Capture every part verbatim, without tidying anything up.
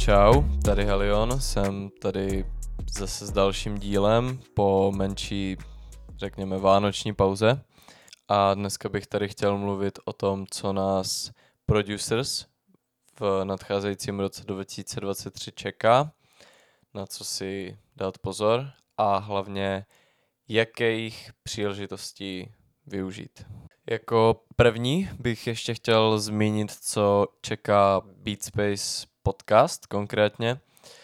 Čau, tady Helion, jsem tady zase s dalším dílem po menší, řekněme, vánoční pauze. A dneska bych tady chtěl mluvit o tom, co nás producers v nadcházejícím roce dva tisíce dvacet tři čeká, na co si dát pozor a hlavně jakých příležitostí využít. Jako první bych ještě chtěl zmínit, co čeká Beatspace podcast konkrétně.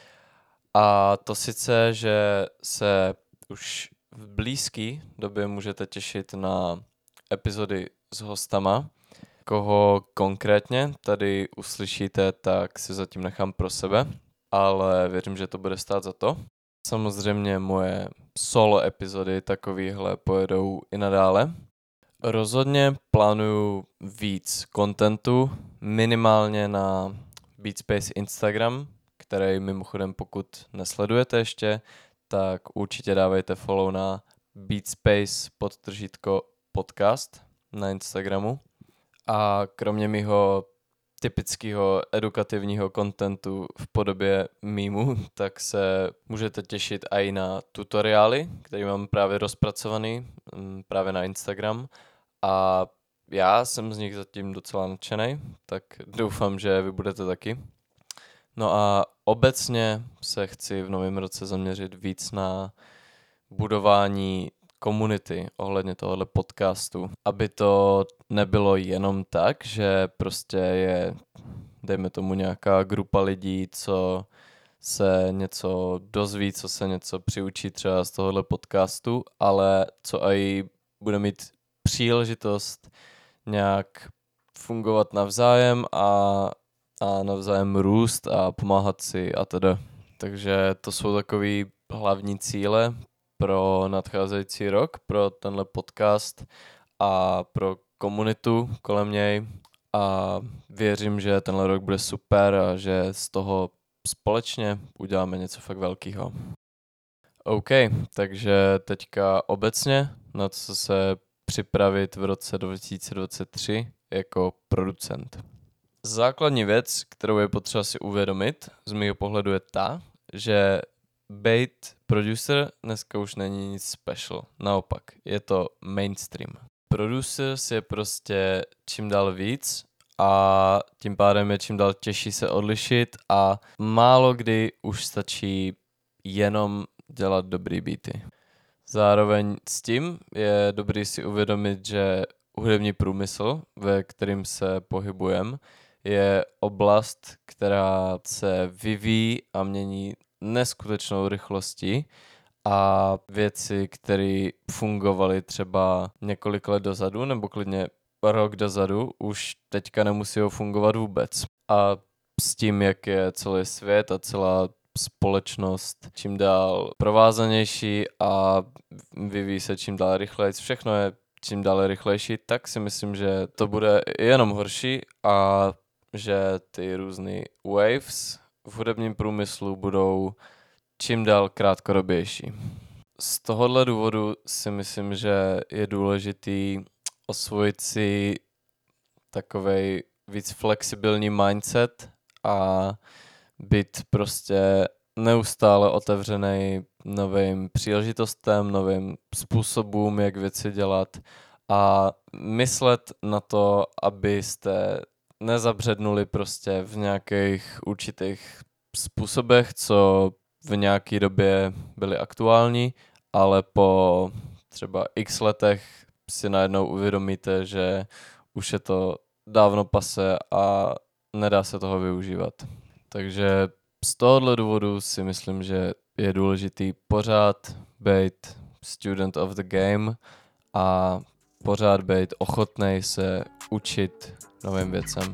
A to sice, že se už v blízké době můžete těšit na epizody s hostama. Koho konkrétně tady uslyšíte, tak si zatím nechám pro sebe, ale věřím, že to bude stát za to. Samozřejmě moje solo epizody takovýhle pojedou i nadále. Rozhodně plánuju víc contentu, minimálně na Beatspace Instagram, který mimochodem pokud nesledujete ještě, tak určitě dávejte follow na Beatspace podtržítko podcast na Instagramu. A kromě mýho typického edukativního kontentu v podobě mýmu, tak se můžete těšit i na tutoriály, který mám právě rozpracovaný právě na Instagram. A já jsem z nich zatím docela nadšenej, tak doufám, že vy budete taky. No a obecně se chci v novém roce zaměřit víc na budování komunity ohledně tohohle podcastu, aby to nebylo jenom tak, že prostě je, dejme tomu, nějaká grupa lidí, co se něco dozví, co se něco přiučí třeba z tohohle podcastu, ale co i bude mít příležitost nějak fungovat navzájem a, a navzájem růst a pomáhat si a teda. Takže to jsou takový hlavní cíle pro nadcházející rok, pro tenhle podcast a pro komunitu kolem něj a věřím, že tenhle rok bude super a že z toho společně uděláme něco fakt velkýho. OK, takže teďka obecně na co se připravit v roce dva tisíce dvacet tři jako producent. Základní věc, kterou je potřeba si uvědomit, z mého pohledu je ta, že být producer dneska už není nic special. Naopak, je to mainstream. Producers je prostě čím dál víc a tím pádem je čím dál těžší se odlišit a málo kdy už stačí jenom dělat dobrý beaty. Zároveň s tím je dobrý si uvědomit, že hudební průmysl, ve kterým se pohybujeme, je oblast, která se vyvíjí a mění neskutečnou rychlostí a věci, které fungovaly třeba několik let dozadu nebo klidně rok dozadu, už teďka nemusí fungovat vůbec. A s tím, jak je celý svět a celá společnost čím dál provázanější a vyvíjí se čím dál rychleji, všechno je čím dál rychlejší, tak si myslím, že to bude jenom horší a že ty různý waves v hudebním průmyslu budou čím dál krátkodobější. Z tohohle důvodu si myslím, že je důležitý osvojit si takovej víc flexibilní mindset a být prostě neustále otevřený novým příležitostem, novým způsobům, jak věci dělat a myslet na to, abyste nezabřednuli prostě v nějakých určitých způsobech, co v nějaké době byly aktuální, ale po třeba x letech si najednou uvědomíte, že už je to dávno pase a nedá se toho využívat. Takže z tohohle důvodu si myslím, že je důležitý pořád být student of the game a pořád být ochotnej se učit novým věcem.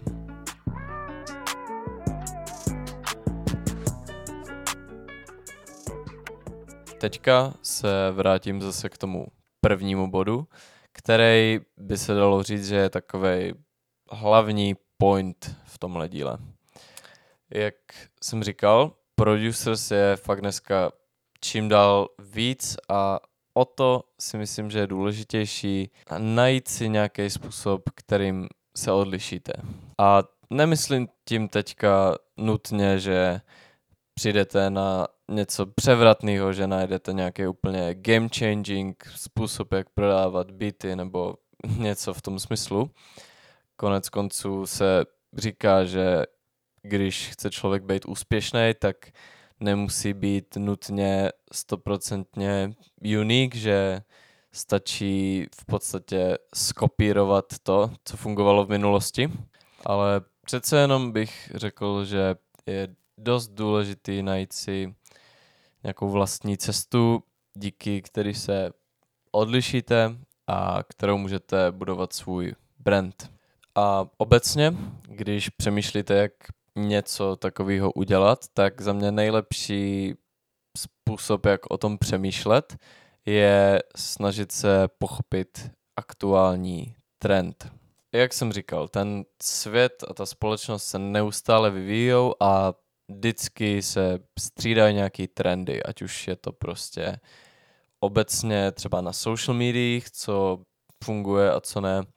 Teďka se vrátím zase k tomu prvnímu bodu, který by se dalo říct, že je takovej hlavní point v tomhle díle. Jak jsem říkal, producers je fakt dneska čím dál víc a o to si myslím, že je důležitější najít si nějaký způsob, kterým se odlišíte. A nemyslím tím teďka nutně, že přijdete na něco převratného, že najdete nějaký úplně game changing způsob, jak prodávat beaty nebo něco v tom smyslu. Konec konců se říká, že když chce člověk být úspěšný, tak nemusí být nutně stoprocentně unique, že stačí v podstatě skopírovat to, co fungovalo v minulosti. Ale přece jenom bych řekl, že je dost důležitý najít si nějakou vlastní cestu, díky který se odlišíte a kterou můžete budovat svůj brand. A obecně, když přemýšlíte, jak něco takového udělat, tak za mě nejlepší způsob, jak o tom přemýšlet, je snažit se pochopit aktuální trend. Jak jsem říkal, ten svět a ta společnost se neustále vyvíjí a vždycky se střídají nějaký trendy, ať už je to prostě obecně třeba na social mediích, co funguje a co ne,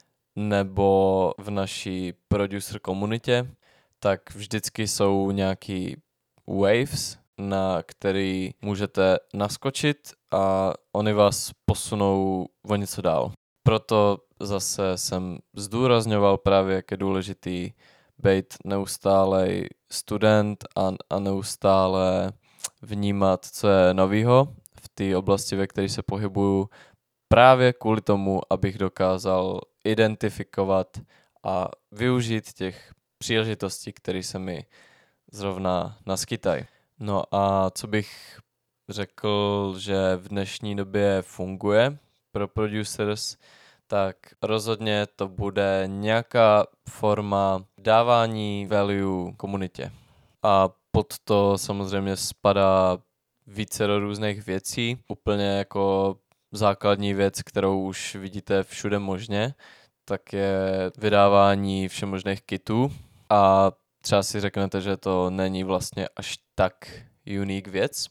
nebo v naší producer komunitě, tak vždycky jsou nějaký waves, na který můžete naskočit a oni vás posunou o něco dál. Proto zase jsem zdůrazňoval právě, jak je důležitý být neustálej student a, a neustále vnímat, co je novýho v té oblasti, ve které se pohybuju, právě kvůli tomu, abych dokázal identifikovat a využít těch příležitostí, které se mi zrovna naskytají. No a co bych řekl, že v dnešní době funguje pro producers, tak rozhodně to bude nějaká forma dávání value komunitě. A pod to samozřejmě spadá více do různých věcí, úplně jako základní věc, kterou už vidíte všude možně, tak je vydávání všemožných kitů a třeba si řeknete, že to není vlastně až tak unique věc,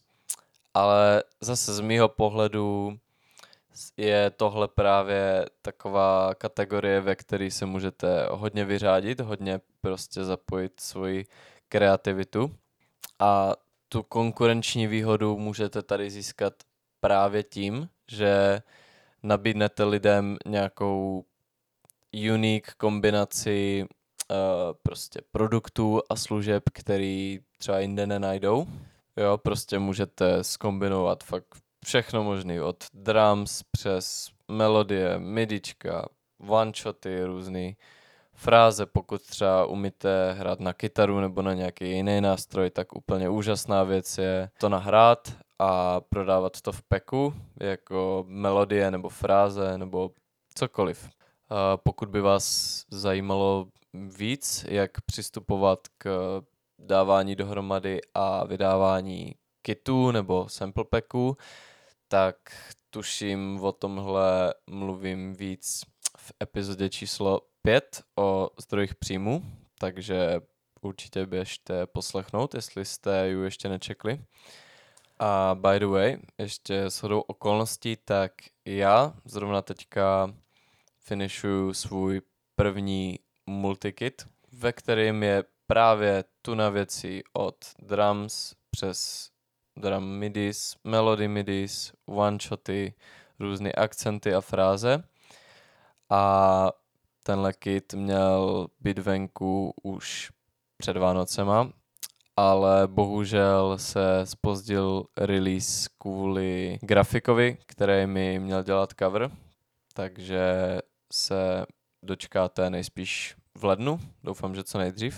ale zase z mýho pohledu je tohle právě taková kategorie, ve které se můžete hodně vyřádit, hodně prostě zapojit svoji kreativitu a tu konkurenční výhodu můžete tady získat právě tím, že nabídnete lidem nějakou unique kombinaci uh, prostě produktů a služeb, který třeba jinde nenajdou. Jo, prostě můžete zkombinovat fakt všechno možný, od drums přes melodie, midička, one-shoty, různý fráze, pokud třeba umíte hrát na kytaru nebo na nějaký jiný nástroj, tak úplně úžasná věc je to nahrát a prodávat to v peku jako melodie nebo fráze nebo cokoliv. A pokud by vás zajímalo víc, jak přistupovat k dávání dohromady a vydávání kitů nebo sample packů, tak tuším o tomhle mluvím víc v epizodě číslo pět o zdrojích příjmu, takže určitě běžte poslechnout, jestli jste ji ještě nečekli. A by the way, ještě shodou okolností, tak já zrovna teďka finishuju svůj první multikit, ve kterém je právě tuna věcí od drums přes drum midis, melody midis, one-shoty, různé akcenty a fráze. A tenhle kit měl být venku už před Vánocema, ale bohužel se zpozdil release kvůli grafikovi, který mi měl dělat cover, takže se dočkáte nejspíš v lednu, doufám, že co nejdřív.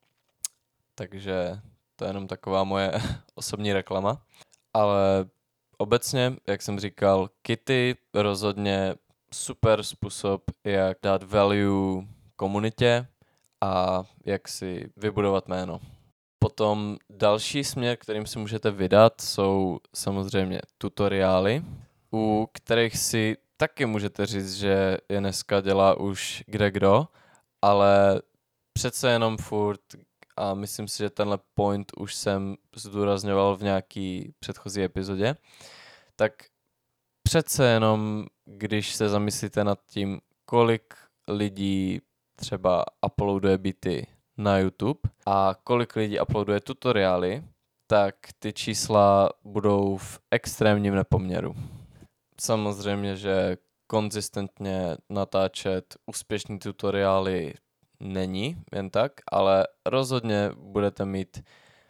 Takže to je jenom taková moje osobní reklama. Ale obecně, jak jsem říkal, kity rozhodně super způsob, jak dát value komunitě a jak si vybudovat jméno. Potom další směr, kterým si můžete vydat, jsou samozřejmě tutoriály, u kterých si taky můžete říct, že je dneska dělá už kde kdo, ale přece jenom furt, a myslím si, že tenhle point už jsem zdůrazňoval v nějaký předchozí epizodě, tak přece jenom, když se zamyslíte nad tím, kolik lidí třeba uploaduje beaty na YouTube a kolik lidí uploaduje tutoriály, tak ty čísla budou v extrémním nepoměru. Samozřejmě, že konzistentně natáčet úspěšný tutoriály není jen tak, ale rozhodně budete mít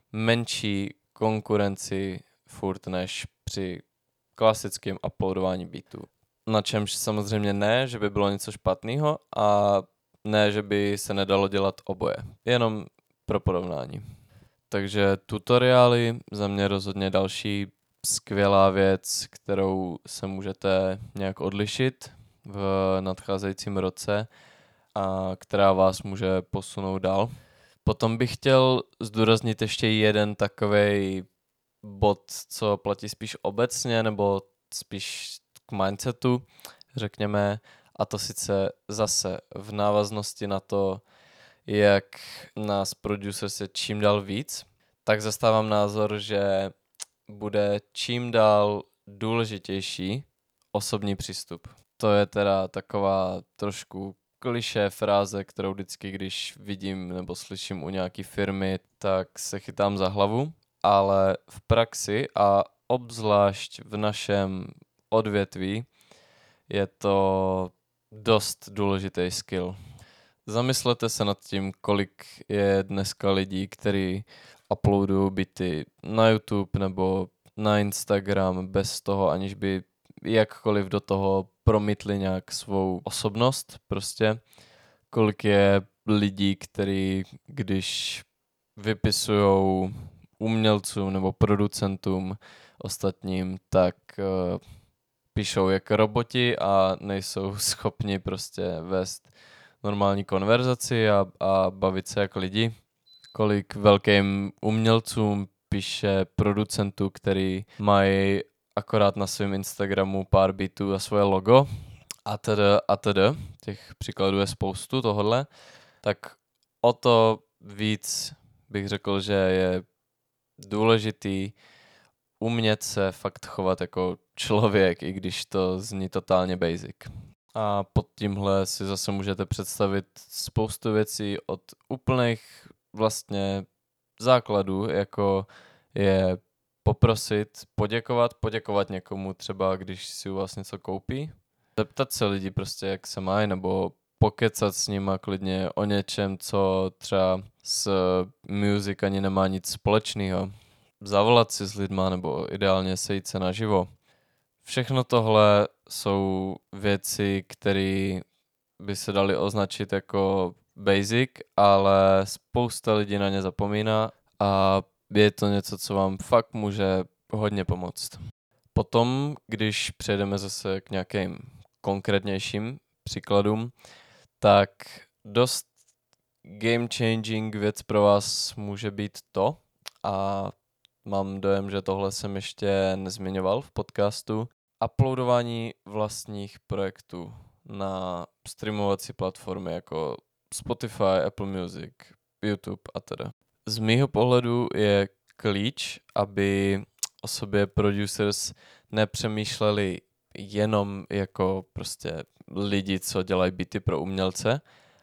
menší konkurenci furt než při klasickém uploadování beatů. Na čemž samozřejmě ne, že by bylo něco špatného a ne, že by se nedalo dělat oboje. Jenom pro porovnání. Takže tutoriály za mě rozhodně další skvělá věc, kterou se můžete nějak odlišit v nadcházejícím roce a která vás může posunout dál. Potom bych chtěl zdůraznit ještě jeden takovej bod, co platí spíš obecně, nebo spíš k mindsetu, řekněme, a to sice zase v návaznosti na to, jak nás producers je čím dál víc, tak zastávám názor, že bude čím dál důležitější osobní přístup. To je teda taková trošku klišé fráze, kterou vždycky, když vidím nebo slyším u nějaký firmy, tak se chytám za hlavu, ale v praxi a obzvlášť v našem odvětví je to dost důležitý skill. Zamyslete se nad tím, kolik je dneska lidí, kteří uploadují beaty na YouTube nebo na Instagram bez toho, aniž by jakkoliv do toho promítli nějak svou osobnost prostě. Kolik je lidí, kteří když vypisujou umělcům nebo producentům ostatním, tak uh, píšou jako roboti a nejsou schopni prostě vést normální konverzaci a, a bavit se jako lidi. Kolik velkým umělcům píše producentů, který mají akorát na svém Instagramu pár beatů a svoje logo a tedy a tedy. Těch příkladů je spoustu tohodle. Tak o to víc bych řekl, že je důležitý umět se fakt chovat jako člověk, i když to zní totálně basic. A pod tímhle si zase můžete představit spoustu věcí od úplných vlastně základů, jako je poprosit, poděkovat, poděkovat někomu třeba, když si u vás něco koupí. Zeptat se lidi prostě, jak se mají, nebo pokecat s nima klidně o něčem, co třeba s music ani nemá nic společného. Zavolat si s lidma, nebo ideálně sejít se naživo. Všechno tohle jsou věci, které by se daly označit jako basic, ale spousta lidí na ně zapomíná a je to něco, co vám fakt může hodně pomoct. Potom, když přejdeme zase k nějakým konkrétnějším příkladům, tak dost game changing věc pro vás může být to, a mám dojem, že tohle jsem ještě nezmiňoval v podcastu, uploadování vlastních projektů na streamovací platformy jako Spotify, Apple Music, YouTube a teda. Z mýho pohledu je klíč, aby o sobě producers nepřemýšleli jenom jako prostě lidi, co dělají beaty pro umělce,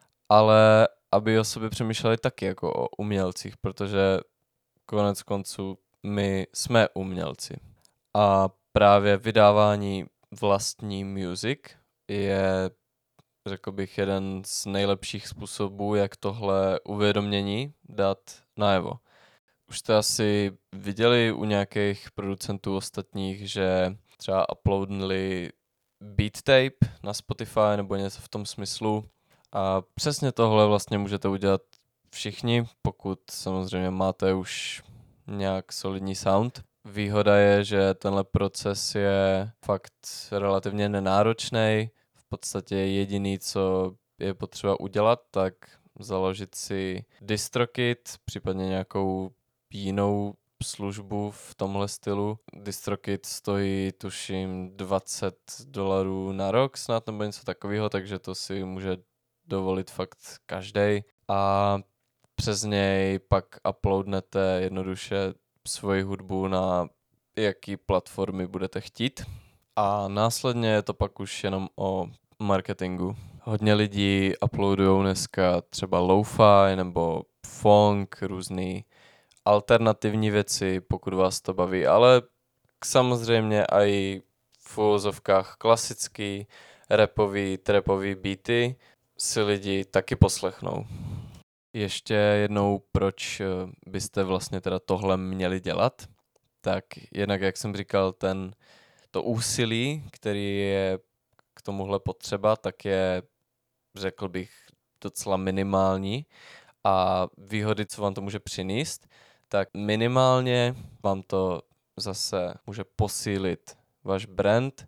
ale aby o sobě přemýšleli taky jako o umělcích, protože konec konců my jsme umělci. A právě vydávání vlastní music je, řekl bych, jeden z nejlepších způsobů, jak tohle uvědomění dát najevo. Už jste asi viděli u nějakých producentů ostatních, že třeba uploadnili beat tape na Spotify nebo něco v tom smyslu. A přesně tohle vlastně můžete udělat všichni, pokud samozřejmě máte už nějak solidní sound. Výhoda je, že tenhle proces je fakt relativně nenáročný. V podstatě jediný, co je potřeba udělat, tak založit si DistroKit, případně nějakou jinou službu v tomhle stylu. DistroKit stojí, tuším, dvacet dolarů na rok snad, nebo něco takového, takže to si může dovolit fakt každej. A přes něj pak uploadnete jednoduše svoji hudbu na jaký platformy budete chtít. A následně je to pak už jenom o marketingu. Hodně lidí uploadujou dneska třeba lo-fi nebo funk, různý alternativní věci, pokud vás to baví, ale samozřejmě i v uvozovkách klasický rapový, trapový beaty si lidi taky poslechnou. Ještě jednou, proč byste vlastně teda tohle měli dělat? Tak jednak, jak jsem říkal, ten, to úsilí, který je k tomuhle potřeba, tak je, řekl bych, docela minimální a výhody, co vám to může přinést, tak minimálně vám to zase může posílit váš brand,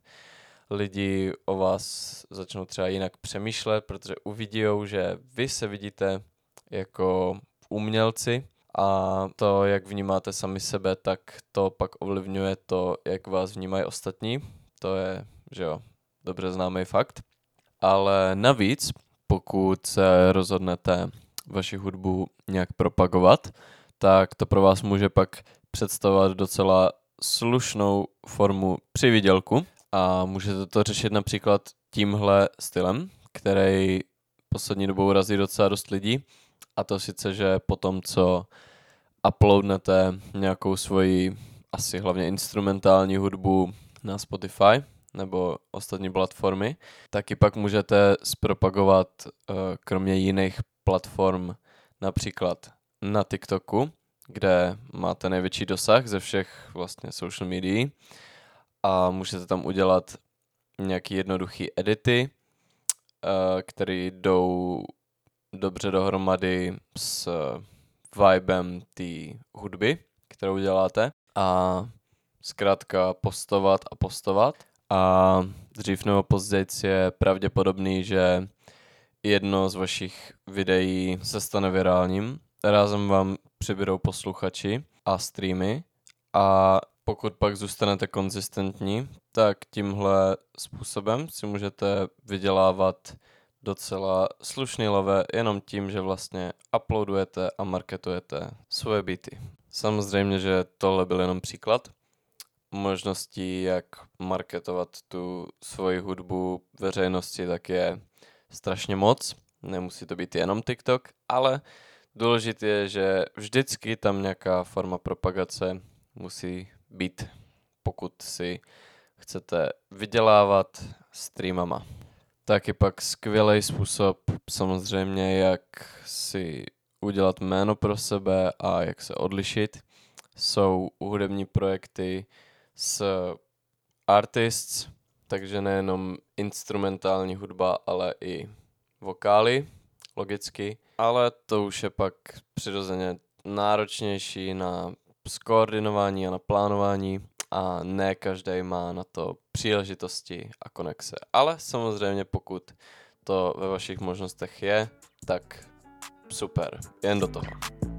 lidi o vás začnou třeba jinak přemýšlet, protože uvidí, že vy se vidíte jako umělci a to, jak vnímáte sami sebe, tak to pak ovlivňuje to, jak vás vnímají ostatní. To je, že jo, dobře známý fakt. Ale navíc, pokud se rozhodnete vaši hudbu nějak propagovat, tak to pro vás může pak představovat docela slušnou formu přivydělku a můžete to řešit například tímhle stylem, který poslední dobou razí docela dost lidí, a to sice, že potom, co uploadnete nějakou svoji asi hlavně instrumentální hudbu na Spotify nebo ostatní platformy, taky pak můžete zpropagovat uh, kromě jiných platform například na TikToku, kde máte největší dosah ze všech vlastně social medií a můžete tam udělat nějaký jednoduchý edity, uh, které jdou dobře dohromady s vibem té hudby, kterou děláte, a zkrátka postovat a postovat. A dřív nebo později je pravděpodobný, že jedno z vašich videí se stane virálním. Rázem vám přibydou posluchači a streamy a pokud pak zůstanete konzistentní, tak tímhle způsobem si můžete vydělávat docela slušný leve jenom tím, že vlastně uploadujete a marketujete svoje beaty. Samozřejmě, že tohle byl jenom příklad možností, jak marketovat tu svoji hudbu veřejnosti, tak je strašně moc. Nemusí to být jenom TikTok, ale důležité je, že vždycky tam nějaká forma propagace musí být, pokud si chcete vydělávat streamama. Taky pak skvělý způsob samozřejmě, jak si udělat jméno pro sebe a jak se odlišit, jsou hudební projekty s artists, takže nejenom instrumentální hudba, ale i vokály, logicky, ale to už je pak přirozeně náročnější na skoordinování a na plánování a ne každý má na to příležitosti a konexe. Ale samozřejmě pokud to ve vašich možnostech je, tak super, jen do toho.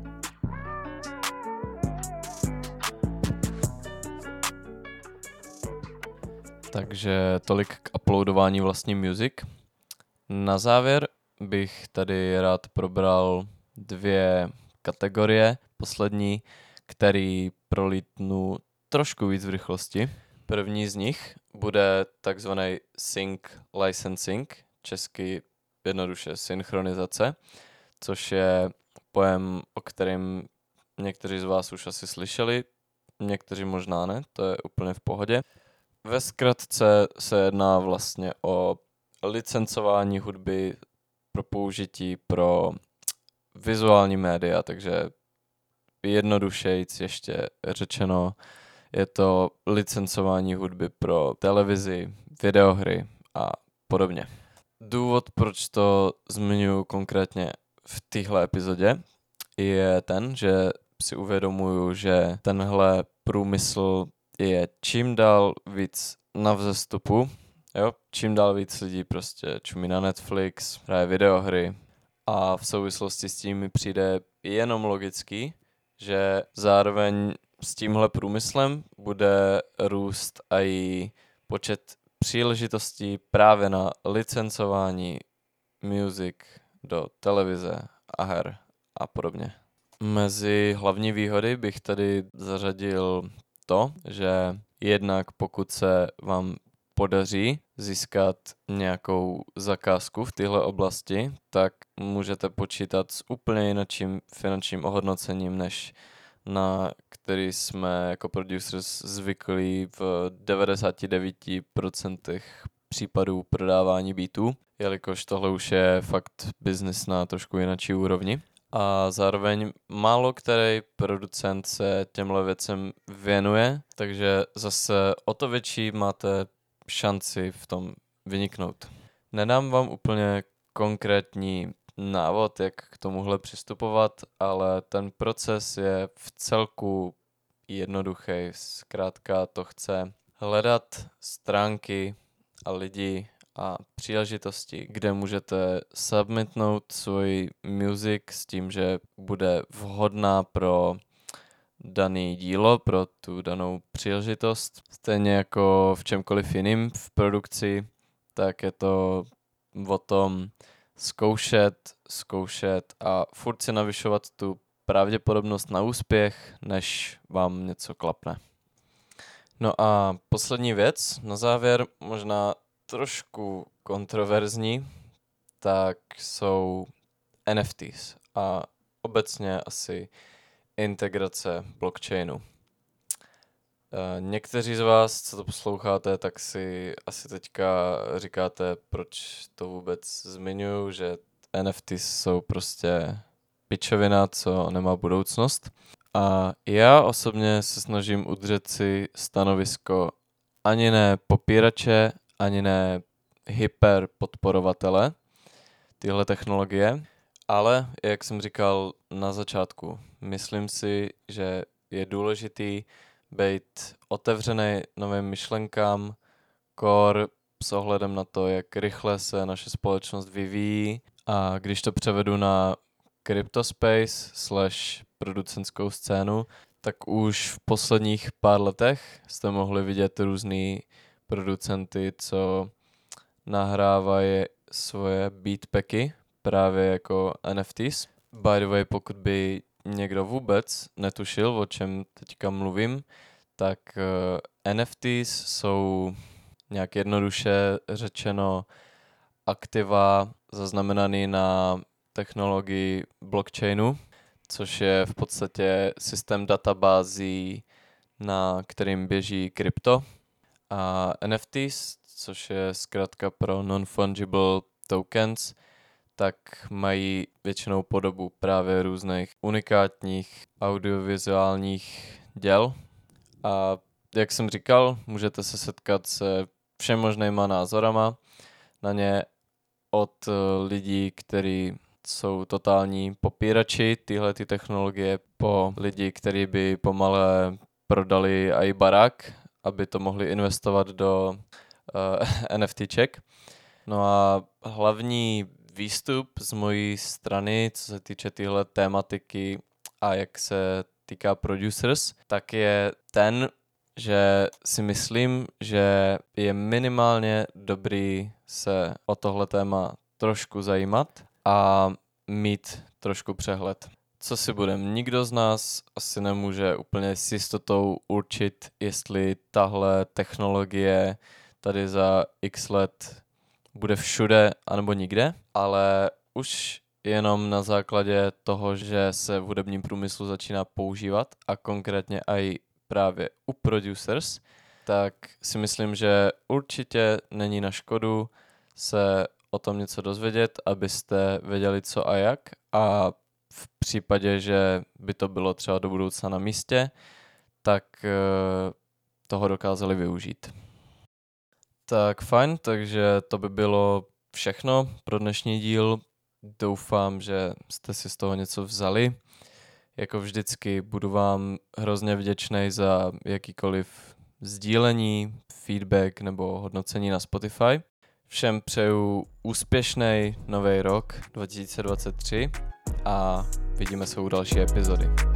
Takže tolik k uploadování vlastní music. Na závěr bych tady rád probral dvě kategorie, poslední, který prolítnu trošku víc v rychlosti. První z nich bude takzvaný sync licensing, česky jednoduše synchronizace, což je pojem, o kterém někteří z vás už asi slyšeli, někteří možná ne, to je úplně v pohodě. Ve zkratce se jedná vlastně o licencování hudby pro použití pro vizuální média, takže jednodušejc ještě řečeno, je to licencování hudby pro televizi, videohry a podobně. Důvod, proč to zmiňuji konkrétně v téhle epizodě, je ten, že si uvědomuju, že tenhle průmysl je čím dál víc na vzestupu. Jo? Čím dál víc lidí prostě čumí na Netflix, hraje videohry a v souvislosti s tím mi přijde jenom logický, že zároveň s tímhle průmyslem bude růst i počet příležitostí právě na licencování music do televize a her a podobně. Mezi hlavní výhody bych tady zařadil to, že jednak pokud se vám podaří získat nějakou zakázku v téhle oblasti, tak můžete počítat s úplně jiným finančním ohodnocením, než na který jsme jako producers zvyklí v devadesát devět procent případů prodávání beatů, jelikož tohle už je fakt business na trošku jináčí úrovni. A zároveň málo který producent se těmhle věcem věnuje, takže zase o to větší máte šanci v tom vyniknout. Nedám vám úplně konkrétní návod, jak k tomuhle přistupovat, ale ten proces je v celku jednoduchý. Zkrátka to chce hledat stránky a lidi a příležitosti, kde můžete submitnout svůj music s tím, že bude vhodná pro daný dílo, pro tu danou příležitost. Stejně jako v čemkoliv jiným v produkci, tak je to o tom zkoušet, zkoušet a furt si navyšovat tu pravděpodobnost na úspěch, než vám něco klapne. No a poslední věc, na závěr, možná trošku kontroverzní, tak jsou N F Ts a obecně asi integrace blockchainu. Někteří z vás, co to posloucháte, tak si asi teďka říkáte, proč to vůbec zmiňuju, že N F Ts jsou prostě pičovina, co nemá budoucnost. A já osobně se snažím udržet si stanovisko ani ne popírače, ani ne hyper podporovatele tyhle technologie, ale jak jsem říkal na začátku, myslím si, že je důležitý být otevřený novým myšlenkám, core s ohledem na to, jak rychle se naše společnost vyvíjí, a když to převedu na CryptoSpace slash producentskou scénu, tak už v posledních pár letech jste mohli vidět různý producenty, co nahrávají svoje beatpacky právě jako N F Ts. By the way, pokud by někdo vůbec netušil, o čem teďka mluvím, tak uh, N F Ts jsou nějak jednoduše řečeno aktiva zaznamenaný na technologii blockchainu, což je v podstatě systém databází, na kterým běží krypto. A N F Ts, což je zkrátka pro non-fungible tokens, tak mají většinou podobu právě různých unikátních audiovizuálních děl. A jak jsem říkal, můžete se setkat se všem možnýma názorama na ně, od lidí, kteří jsou totální popírači tyhle ty technologie, po lidi, kteří by pomale prodali i barák, aby to mohli investovat do uh, NFTček. No a hlavní výstup z mojí strany, co se týče téhle tématiky a jak se týká producers, tak je ten, že si myslím, že je minimálně dobrý se o tohle téma trošku zajímat a mít trošku přehled. Co si budem, nikdo z nás asi nemůže úplně s jistotou určit, jestli tahle technologie tady za x let bude všude anebo nikde, ale už jenom na základě toho, že se v hudebním průmyslu začíná používat a konkrétně i právě u producers, tak si myslím, že určitě není na škodu se o tom něco dozvědět, abyste věděli co a jak, a v případě, že by to bylo třeba do budoucna na místě, tak toho dokázali využít. Tak fajn, takže to by bylo všechno pro dnešní díl. Doufám, že jste si z toho něco vzali. Jako vždycky budu vám hrozně vděčný za jakýkoliv sdílení, feedback nebo hodnocení na Spotify. Všem přeju úspěšný nový rok dva tisíce dvacet tři a vidíme se u další epizody.